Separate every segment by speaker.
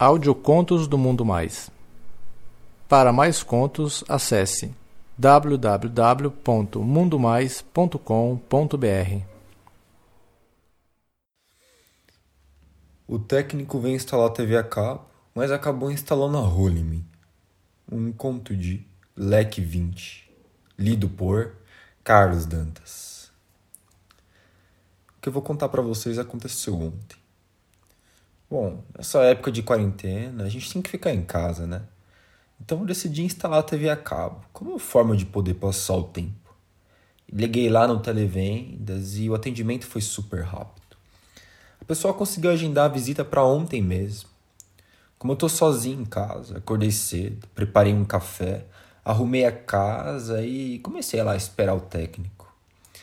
Speaker 1: Audiocontos do Mundo Mais. Para mais contos, acesse www.mundomais.com.br.
Speaker 2: O técnico veio instalar a TV a cabo, mas acabou instalando a rola em mim. Um conto de Leque 20, lido por Carlos Dantas. O que eu vou contar para vocês aconteceu ontem. Bom, nessa época de quarentena, a gente tem que ficar em casa, né? Então eu decidi instalar a TV a cabo, como forma de poder passar o tempo. Liguei lá no Televendas e o atendimento foi super rápido. A pessoa conseguiu agendar a visita para ontem mesmo. Como eu tô sozinho em casa, acordei cedo, preparei um café, arrumei a casa e comecei lá a esperar o técnico.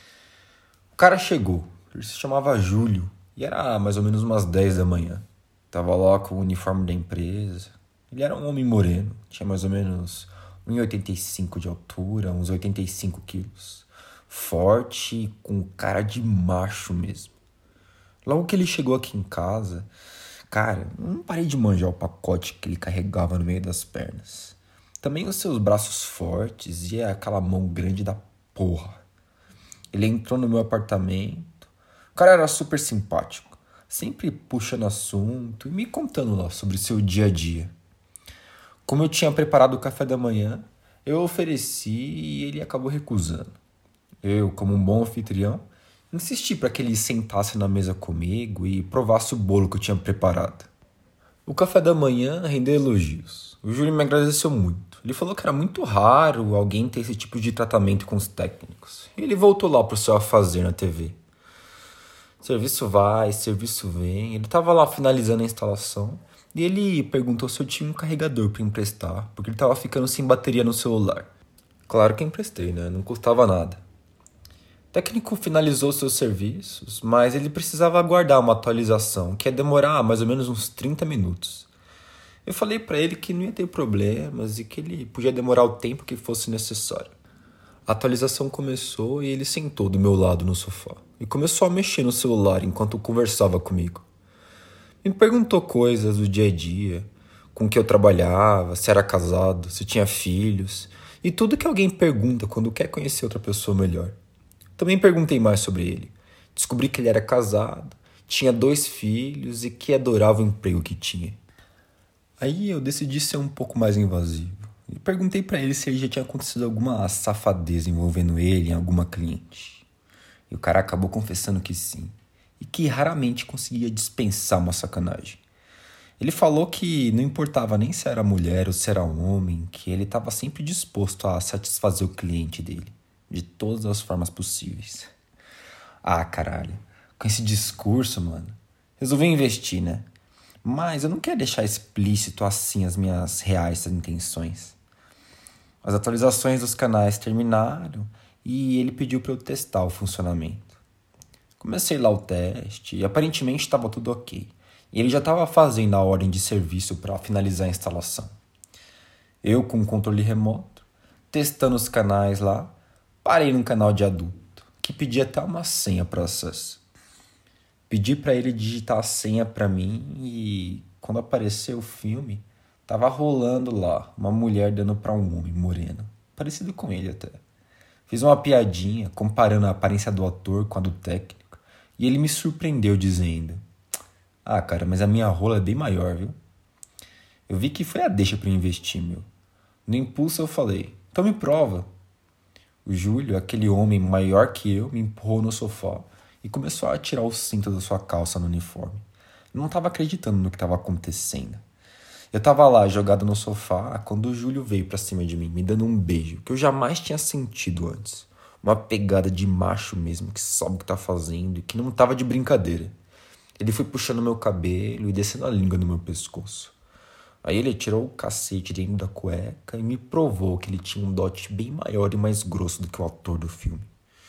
Speaker 2: O cara chegou, ele se chamava Júlio e era mais ou menos umas 10 da manhã. Tava lá com o uniforme da empresa. Ele era um homem moreno, tinha mais ou menos 1,85 de altura, uns 85 quilos. Forte e com cara de macho mesmo. Logo que ele chegou aqui em casa, cara, não parei de manjar o pacote que ele carregava no meio das pernas. Também os seus braços fortes e aquela mão grande da porra. Ele entrou no meu apartamento. O cara era super simpático, sempre puxando assunto e me contando lá sobre seu dia a dia. Como eu tinha preparado o café da manhã, eu ofereci e ele acabou recusando. Eu, como um bom anfitrião, insisti para que ele sentasse na mesa comigo e provasse o bolo que eu tinha preparado. O café da manhã rendeu elogios. O Júlio me agradeceu muito. Ele falou que era muito raro alguém ter esse tipo de tratamento com os técnicos. E ele voltou lá pro seu afazer na TV. Serviço vai, serviço vem. Ele estava lá finalizando a instalação e ele perguntou se eu tinha um carregador para emprestar, porque ele estava ficando sem bateria no celular. Claro que emprestei, né? Não custava nada. O técnico finalizou seus serviços, mas ele precisava aguardar uma atualização, que ia demorar mais ou menos uns 30 minutos. Eu falei para ele que não ia ter problemas e que ele podia demorar o tempo que fosse necessário. A atualização começou e ele sentou do meu lado no sofá e começou a mexer no celular enquanto conversava comigo. Me perguntou coisas do dia a dia, com que eu trabalhava, se era casado, se tinha filhos e tudo que alguém pergunta quando quer conhecer outra pessoa melhor. Também perguntei mais sobre ele. Descobri que ele era casado, tinha 2 filhos e que adorava o emprego que tinha. Aí eu decidi ser um pouco mais invasivo e perguntei pra ele se já tinha acontecido alguma safadeza envolvendo ele em alguma cliente. E o cara acabou confessando que sim, e que raramente conseguia dispensar uma sacanagem. Ele falou que não importava nem se era mulher ou se era homem, que ele estava sempre disposto a satisfazer o cliente dele, de todas as formas possíveis. Ah, caralho, com esse discurso, mano, resolvi investir, né? Mas eu não quero deixar explícito assim as minhas reais intenções. As atualizações dos canais terminaram e ele pediu para eu testar o funcionamento. Comecei lá o teste e aparentemente estava tudo ok. E ele já estava fazendo a ordem de serviço para finalizar a instalação. Eu, com o controle remoto, testando os canais lá, parei num canal de adulto, que pedia até uma senha para acesso. Pedi para ele digitar a senha para mim e, quando apareceu o filme, tava rolando lá uma mulher dando para um homem moreno, parecido com ele até. Fiz uma piadinha comparando a aparência do ator com a do técnico e ele me surpreendeu dizendo: "Ah, cara, mas a minha rola é bem maior, viu?" Eu vi que foi a deixa para investir, meu. No impulso eu falei: "Então me prova." O Júlio, aquele homem maior que eu, me empurrou no sofá e começou a tirar o cinto da sua calça no uniforme. Eu não estava acreditando no que estava acontecendo. Eu estava lá, jogado no sofá, quando o Júlio veio para cima de mim, me dando um beijo que eu jamais tinha sentido antes. Uma pegada de macho mesmo, que sabe o que tá fazendo e que não estava de brincadeira. Ele foi puxando meu cabelo e descendo a língua no meu pescoço. Aí ele tirou o cacete dentro da cueca e me provou que ele tinha um dote bem maior e mais grosso do que o ator do filme.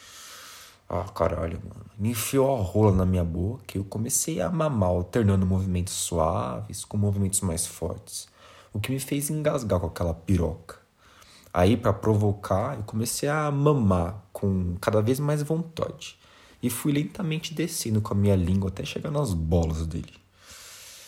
Speaker 2: Ah, caralho, mano. Me enfiou a rola na minha boca e eu comecei a mamar, alternando movimentos suaves com movimentos mais fortes, o que me fez engasgar com aquela piroca. Aí, pra provocar, eu comecei a mamar com cada vez mais vontade e fui lentamente descendo com a minha língua até chegar nas bolas dele.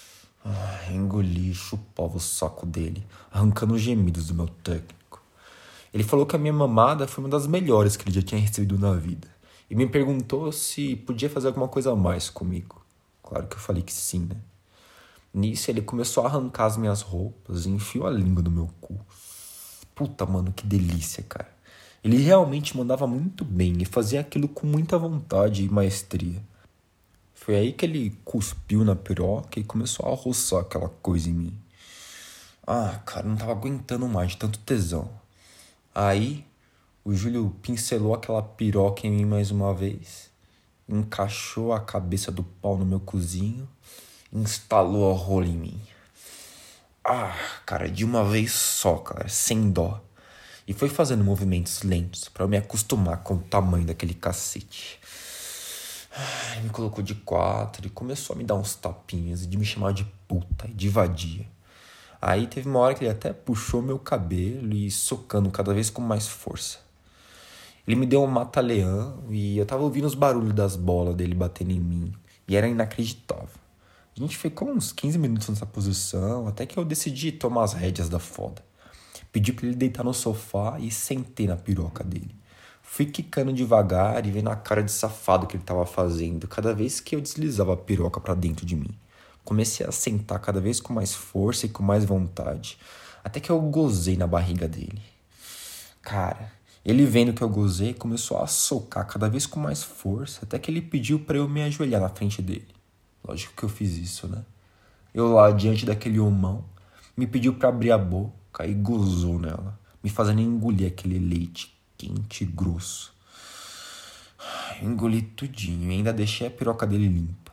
Speaker 2: Engoli e chupava o saco dele, arrancando os gemidos do meu técnico. Ele falou que a minha mamada foi uma das melhores que ele já tinha recebido na vida. E me perguntou se podia fazer alguma coisa a mais comigo. Claro que eu falei que sim, né? Nisso ele começou a arrancar as minhas roupas e enfiou a língua no meu cu. Puta, mano, que delícia, cara. Ele realmente mandava muito bem e fazia aquilo com muita vontade e maestria. Foi aí que ele cuspiu na piroca e começou a roçar aquela coisa em mim. Cara, não tava aguentando mais de tanto tesão. Aí, o Júlio pincelou aquela piroca em mim mais uma vez, encaixou a cabeça do pau no meu cozinho e instalou a rola em mim. Cara, de uma vez só, cara, sem dó. E foi fazendo movimentos lentos pra eu me acostumar com o tamanho daquele cacete. Ele me colocou de quatro e começou a me dar uns tapinhas e de me chamar de puta e de vadia. Aí teve uma hora que ele até puxou meu cabelo e socando cada vez com mais força. Ele me deu um mata-leão e eu tava ouvindo os barulhos das bolas dele batendo em mim. E era inacreditável. A gente ficou uns 15 minutos nessa posição até que eu decidi tomar as rédeas da foda. Pedi pra ele deitar no sofá e sentei na piroca dele. Fui quicando devagar e vendo a cara de safado que ele tava fazendo cada vez que eu deslizava a piroca pra dentro de mim. Comecei a sentar cada vez com mais força e com mais vontade, até que eu gozei na barriga dele. Cara, ele vendo que eu gozei, começou a socar cada vez com mais força, até que ele pediu pra eu me ajoelhar na frente dele. Lógico que eu fiz isso, né? Eu lá, diante daquele homão, me pediu pra abrir a boca e gozou nela, me fazendo engolir aquele leite quente e grosso. Eu engoli tudinho e ainda deixei a piroca dele limpa.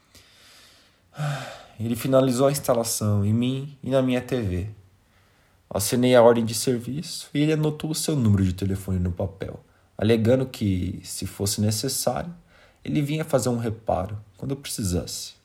Speaker 2: Ele finalizou a instalação em mim e na minha TV. Assinei a ordem de serviço e ele anotou o seu número de telefone no papel, alegando que, se fosse necessário, ele vinha fazer um reparo quando eu precisasse.